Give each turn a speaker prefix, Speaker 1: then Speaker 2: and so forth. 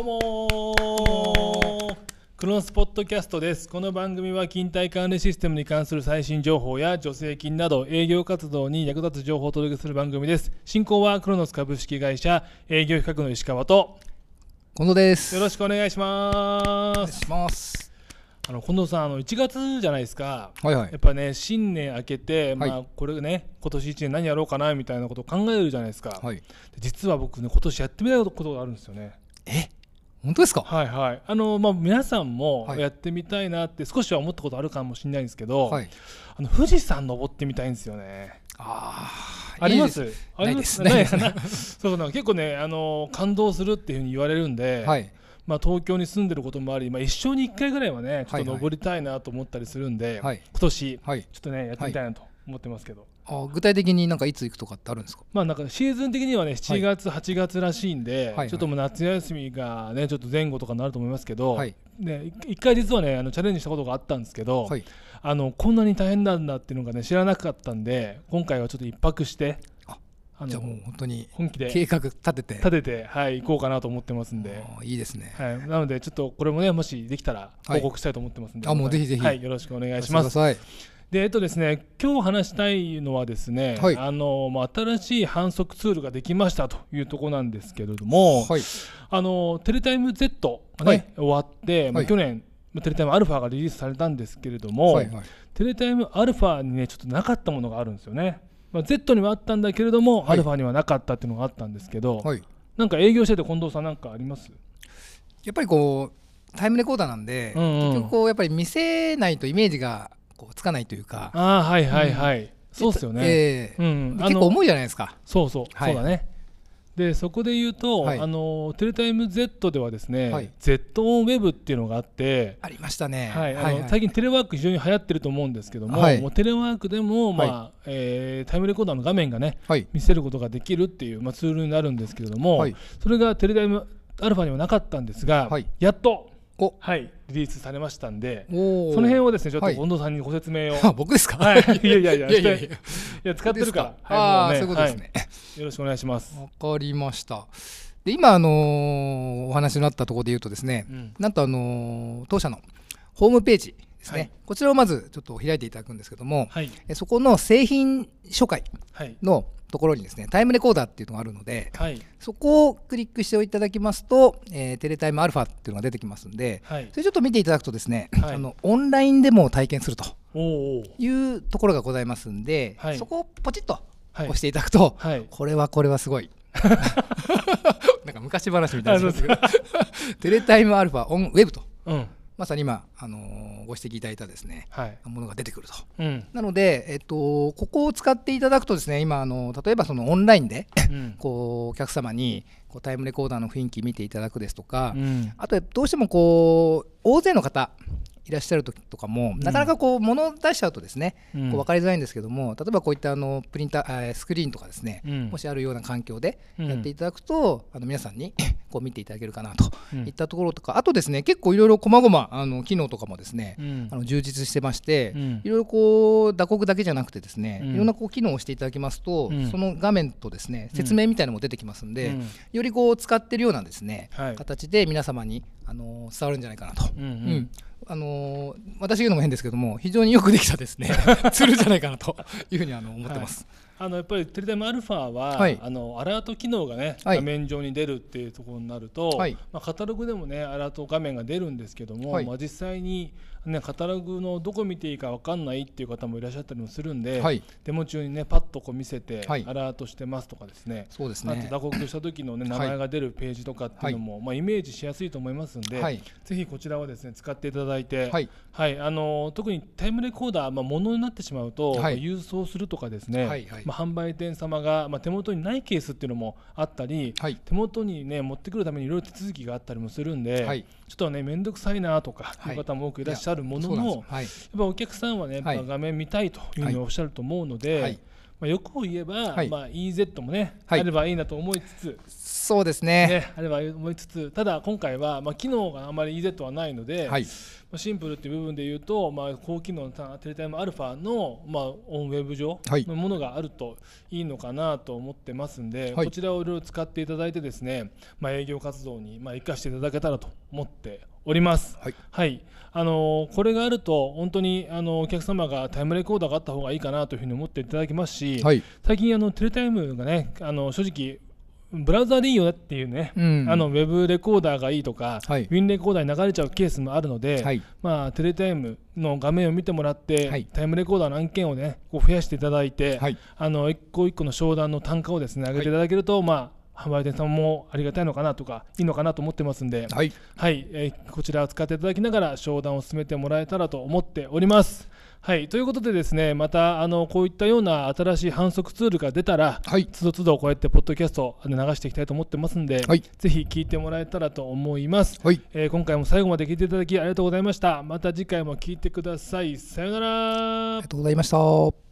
Speaker 1: どうもクロノスポッドキャストです。この番組は勤怠管理システムに関する最新情報や助成金など営業活動に役立つ情報をお届けする番組です。進行はクロノス株式会社営業企画の石川と
Speaker 2: 近藤です。
Speaker 1: よろしくお願いします。
Speaker 2: お願いします。
Speaker 1: 近藤さん、1月じゃないですか。
Speaker 2: はいはい。
Speaker 1: やっぱね、新年明けて、
Speaker 2: はい
Speaker 1: これね、今年1年何やろうかなみたいなことを考えるじゃないですか。
Speaker 2: はい。
Speaker 1: 実は僕ね、今年やってみたいことがあるんですよね。
Speaker 2: 本当ですか？
Speaker 1: はいはい。皆さんも
Speaker 2: はい
Speaker 1: やってみたいなって少しは思ったことあるかもしれないんですけど、
Speaker 2: はい。
Speaker 1: 富士山登ってみたいんですよね。あります？あります
Speaker 2: ないです
Speaker 1: ないかなそうなんか結構ね、感動するっていうふうに言われるんで、
Speaker 2: はい。
Speaker 1: 東京に住んでることもあり、一生に1回ぐらいはねちょっと登りたいなと思ったりするんで、
Speaker 2: はい。
Speaker 1: 今年
Speaker 2: はい。
Speaker 1: ちょっとねやってみたいなと思ってますけど、
Speaker 2: 具体的になんかいつ行くとかってあるんですか？
Speaker 1: なんかシーズン的にはね7月、8月らしいんで、
Speaker 2: はい
Speaker 1: ちょっともう夏休みがねちょっと前後とかになると思いますけど、
Speaker 2: はい。
Speaker 1: ね、一回実はねチャレンジしたことがあったんですけど、
Speaker 2: はい。
Speaker 1: こんなに大変なんだっていうのがね知らなかったんで、今回はちょっと一泊して
Speaker 2: じゃあもう本当に
Speaker 1: 本気で
Speaker 2: 計画立てて。
Speaker 1: はい、行こうかなと思ってますんで、
Speaker 2: いいですね。
Speaker 1: はい、なのでちょっとこれもねもしできたら報告したいと思ってますんで、
Speaker 2: もうぜひぜひ。
Speaker 1: はい、よろしくお願いします。
Speaker 2: はい。
Speaker 1: でですね、今日話したいのはですね、
Speaker 2: はい
Speaker 1: 新しい販促ツールができましたというところなんですけれども、
Speaker 2: はい。
Speaker 1: テレタイム Z がね、
Speaker 2: はい
Speaker 1: 終わって、
Speaker 2: はい
Speaker 1: 去年テレタイムアルファがリリースされたんですけれども、
Speaker 2: はいはい。
Speaker 1: テレタイムアルファにねちょっとなかったものがあるんですよね。Z にはあったんだけれども、
Speaker 2: はい
Speaker 1: アルファにはなかったっていうのがあったんですけど、
Speaker 2: はい。
Speaker 1: なんか営業してて近藤さんなんかあります？
Speaker 2: やっぱりこうタイムレコーダーなんで、結局こうやっぱり見せないとイメージがこうつかないというか。
Speaker 1: はいはいはい。そうですよね。
Speaker 2: 結構重いじゃないですか。
Speaker 1: そうそうだね。でそこで言うと、
Speaker 2: はい
Speaker 1: テレタイム Z ではですね、
Speaker 2: はい
Speaker 1: Z オンウェブっていうのがあって、
Speaker 2: ありましたね。
Speaker 1: 最近テレワーク非常に流行ってると思うんですけども、
Speaker 2: はい
Speaker 1: もうテレワークでも、タイムレコーダーの画面がね、
Speaker 2: はい。
Speaker 1: 見せることができるっていう、ツールになるんですけれども、
Speaker 2: はい
Speaker 1: それがテレタイムアルファにはなかったんですが、
Speaker 2: はい
Speaker 1: やっと
Speaker 2: お
Speaker 1: リリースされましたんで、
Speaker 2: おー
Speaker 1: その辺をですねちょっと
Speaker 2: はい
Speaker 1: 近藤さんにご説明を、
Speaker 2: 僕ですか？
Speaker 1: いやいやいや
Speaker 2: いやいやいや
Speaker 1: いや使ってるから、
Speaker 2: ああ、
Speaker 1: も
Speaker 2: そういうことですね。
Speaker 1: よろしくお願いします。
Speaker 2: わかりました。で、今、お話になったところで言うとですね、なんと、当社のホームページですね、
Speaker 1: はい
Speaker 2: こちらをまずちょっと開いていただくんですけども、
Speaker 1: はい
Speaker 2: そこの製品紹介
Speaker 1: はい
Speaker 2: のところにですね、タイムレコーダーっていうのがあるので、
Speaker 1: はい
Speaker 2: そこをクリックしていただきますと、テレタイムアルファっていうのが出てきますんで、
Speaker 1: はい。
Speaker 2: それちょっと見ていただくとですね、
Speaker 1: はい
Speaker 2: オンラインでも体験すると
Speaker 1: おー
Speaker 2: いうところがございますんで、
Speaker 1: はい
Speaker 2: そこをポチッと
Speaker 1: はい
Speaker 2: 押していただくと、
Speaker 1: はい。
Speaker 2: これはすごいなんか昔話みたいなテレタイムアルファオンウェブと
Speaker 1: うん
Speaker 2: まさに今、ご指摘いただいたですね
Speaker 1: はい。
Speaker 2: ものが出てくると。
Speaker 1: うん
Speaker 2: なので、ここを使っていただくとですね、今例えばそのオンラインで
Speaker 1: うん
Speaker 2: こうお客様にこうタイムレコーダーの雰囲気見ていただくですとか、
Speaker 1: うん
Speaker 2: あとどうしてもこう大勢の方いらっしゃる時とかも、なかなかこう物を出しちゃうとですね、
Speaker 1: うん
Speaker 2: こう分かりづらいんですけども、例えばこういったプリンター、スクリーンとかですね、
Speaker 1: うん
Speaker 2: もしあるような環境で
Speaker 1: うん
Speaker 2: やっていただくと、皆さんにこう見ていただけるかなと
Speaker 1: うん
Speaker 2: いったところとか、あとですね、結構いろいろ細々機能とかもですね、
Speaker 1: うん
Speaker 2: 充実してまして、
Speaker 1: うん
Speaker 2: いろいろこう打刻だけじゃなくてですね、
Speaker 1: うん
Speaker 2: いろんなこう機能を押していただきますと、
Speaker 1: うん
Speaker 2: その画面とですね説明みたいなのも出てきますんで、
Speaker 1: うん
Speaker 2: よりこう使ってるようなですね、
Speaker 1: はい
Speaker 2: 形で皆様に伝わるんじゃないかなと。
Speaker 1: うん
Speaker 2: うん私が言うのも変ですけども、非常によくできたですねツールじゃないかなというふうに思ってます。
Speaker 1: やっぱりテレタイムアルファは、
Speaker 2: はい
Speaker 1: アラート機能がね、
Speaker 2: はい
Speaker 1: 画面上に出るっていうところになると、
Speaker 2: はい
Speaker 1: カタログでもねアラート画面が出るんですけども、
Speaker 2: はい
Speaker 1: 実際に、ね、カタログのどこ見ていいか分かんないっていう方もいらっしゃったりもするんで、
Speaker 2: はい
Speaker 1: デモ中にねパッとこう見せて、
Speaker 2: はい
Speaker 1: アラートしてますとかですね、
Speaker 2: そうですね。
Speaker 1: あと打刻した時の、ね、名前が出るページとかっていうのも、イメージしやすいと思いますんで、
Speaker 2: はい
Speaker 1: ぜひこちらをですね使っていただいて、
Speaker 2: はい
Speaker 1: 特にタイムレコーダー、物になってしまうと、
Speaker 2: はい
Speaker 1: 郵送するとかですね、
Speaker 2: はいはい
Speaker 1: 販売店様が、手元にないケースっていうのもあったり、
Speaker 2: はい
Speaker 1: 手元に、ね、持ってくるためにいろいろ手続きがあったりもするんで、
Speaker 2: はい
Speaker 1: ちょっとね面倒くさいなとか
Speaker 2: はい
Speaker 1: いう方も多くいらっしゃるものの、
Speaker 2: そうなんですよはい
Speaker 1: やっぱお客さんはね、
Speaker 2: はい
Speaker 1: 画面見たいというふうにおっしゃると思うので、
Speaker 2: はい
Speaker 1: 欲を言えば、
Speaker 2: はい
Speaker 1: EZ もね、
Speaker 2: はい
Speaker 1: あればいいなと思いつつ、
Speaker 2: そうですね。
Speaker 1: あれば思いつつ、ただ今回は、機能があまり EZ はないので、
Speaker 2: はい
Speaker 1: シンプルっていう部分で言うと、高機能のテレタイムアルファの、オンウェブ上
Speaker 2: はい
Speaker 1: のものがあるといいのかなと思ってますんで、
Speaker 2: はい
Speaker 1: こちらをいろいろ使っていただいてですね、営業活動に生かしていただけたらと思っております。
Speaker 2: はい
Speaker 1: これがあると本当にお客様がタイムレコーダーがあった方がいいかなというふうに思っていただきますし、
Speaker 2: はい
Speaker 1: 最近テレタイムがね正直ブラウザーでいいよねっていうね、
Speaker 2: うん
Speaker 1: ウェブレコーダーがいいとか、
Speaker 2: はい
Speaker 1: ウィンレコーダーに流れちゃうケースもあるので、
Speaker 2: はい
Speaker 1: テレタイムの画面を見てもらって、
Speaker 2: はい
Speaker 1: タイムレコーダーの案件をねこう増やしていただいて、
Speaker 2: はい
Speaker 1: 一個一個の商談の単価をですね上げていただけると、販売店さんもありがたいのかなとかいいのかなと思ってますんで、
Speaker 2: はい
Speaker 1: こちらを使っていただきながら商談を進めてもらえたらと思っております。ということでですね、またこういったような新しい販促ツールが出たら、
Speaker 2: はい
Speaker 1: つどつどこうやってポッドキャストで流していきたいと思ってますんで、
Speaker 2: はい
Speaker 1: ぜひ聞いてもらえたらと思います。
Speaker 2: はい
Speaker 1: 今回も最後まで聞いていただきありがとうございました。また次回も聞いてください。さようなら。
Speaker 2: ありがとうございました。